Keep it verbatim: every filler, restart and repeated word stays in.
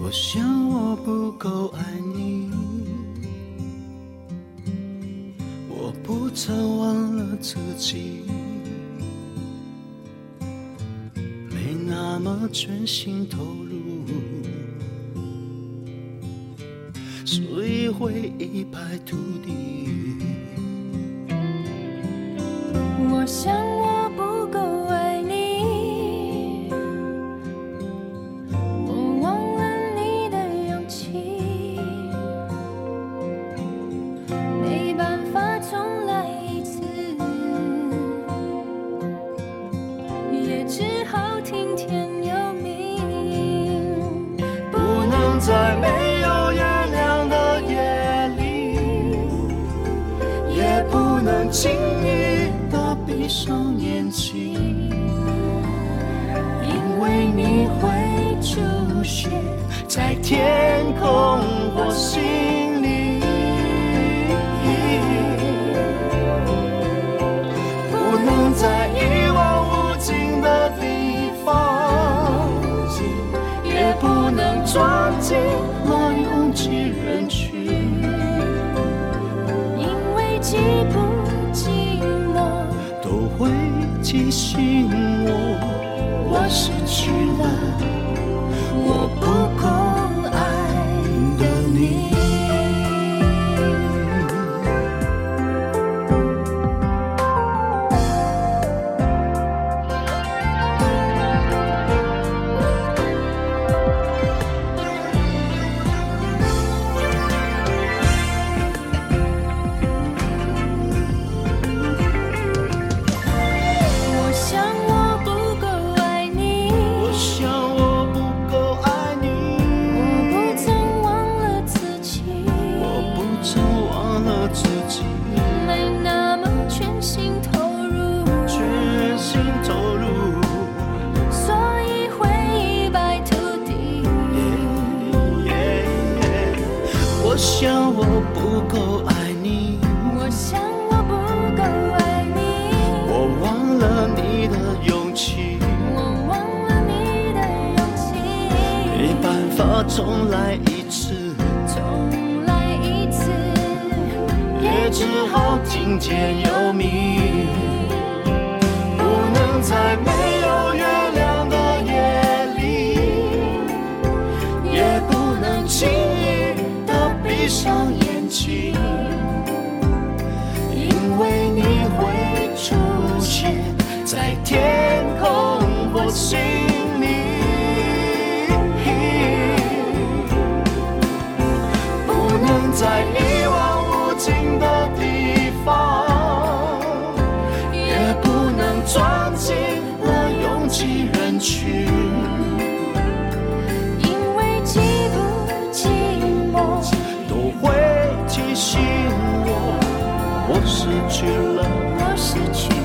我想我不够爱你，我不曾忘了自己，没那么全心投入，所以会一败涂地。 我想我不够爱你，我忘了你的勇气，没办法重来一次，也只好听天由命。 不能在没有月亮的夜里，也不能轻易地闭上眼睛，因为你会出现在天空或心里。不能在一望无尽的地方，也不能钻进那拥挤人群， 因为寂不寂寞都会提醒我，我失去了我不够爱的你。 我想我不够爱你， 我想我不够爱你， 我不曾忘了自己， 我不曾忘了自己， 没那么全心投入， 全心投入。 所以会一败涂地。 我想我不够爱你， 我想我不够爱你， 我忘了你的勇气， 我忘了你的勇气， 没办法重来一次， 重来一次， 也只好听天由命。不能在没有月亮的夜里，也不能轻易地闭上眼睛，因为你会出现在天空或心里。不能在一望无尽的地方，也不能钻进了拥挤人群， 因为寂不寂寞都会提醒我，我失去了我失去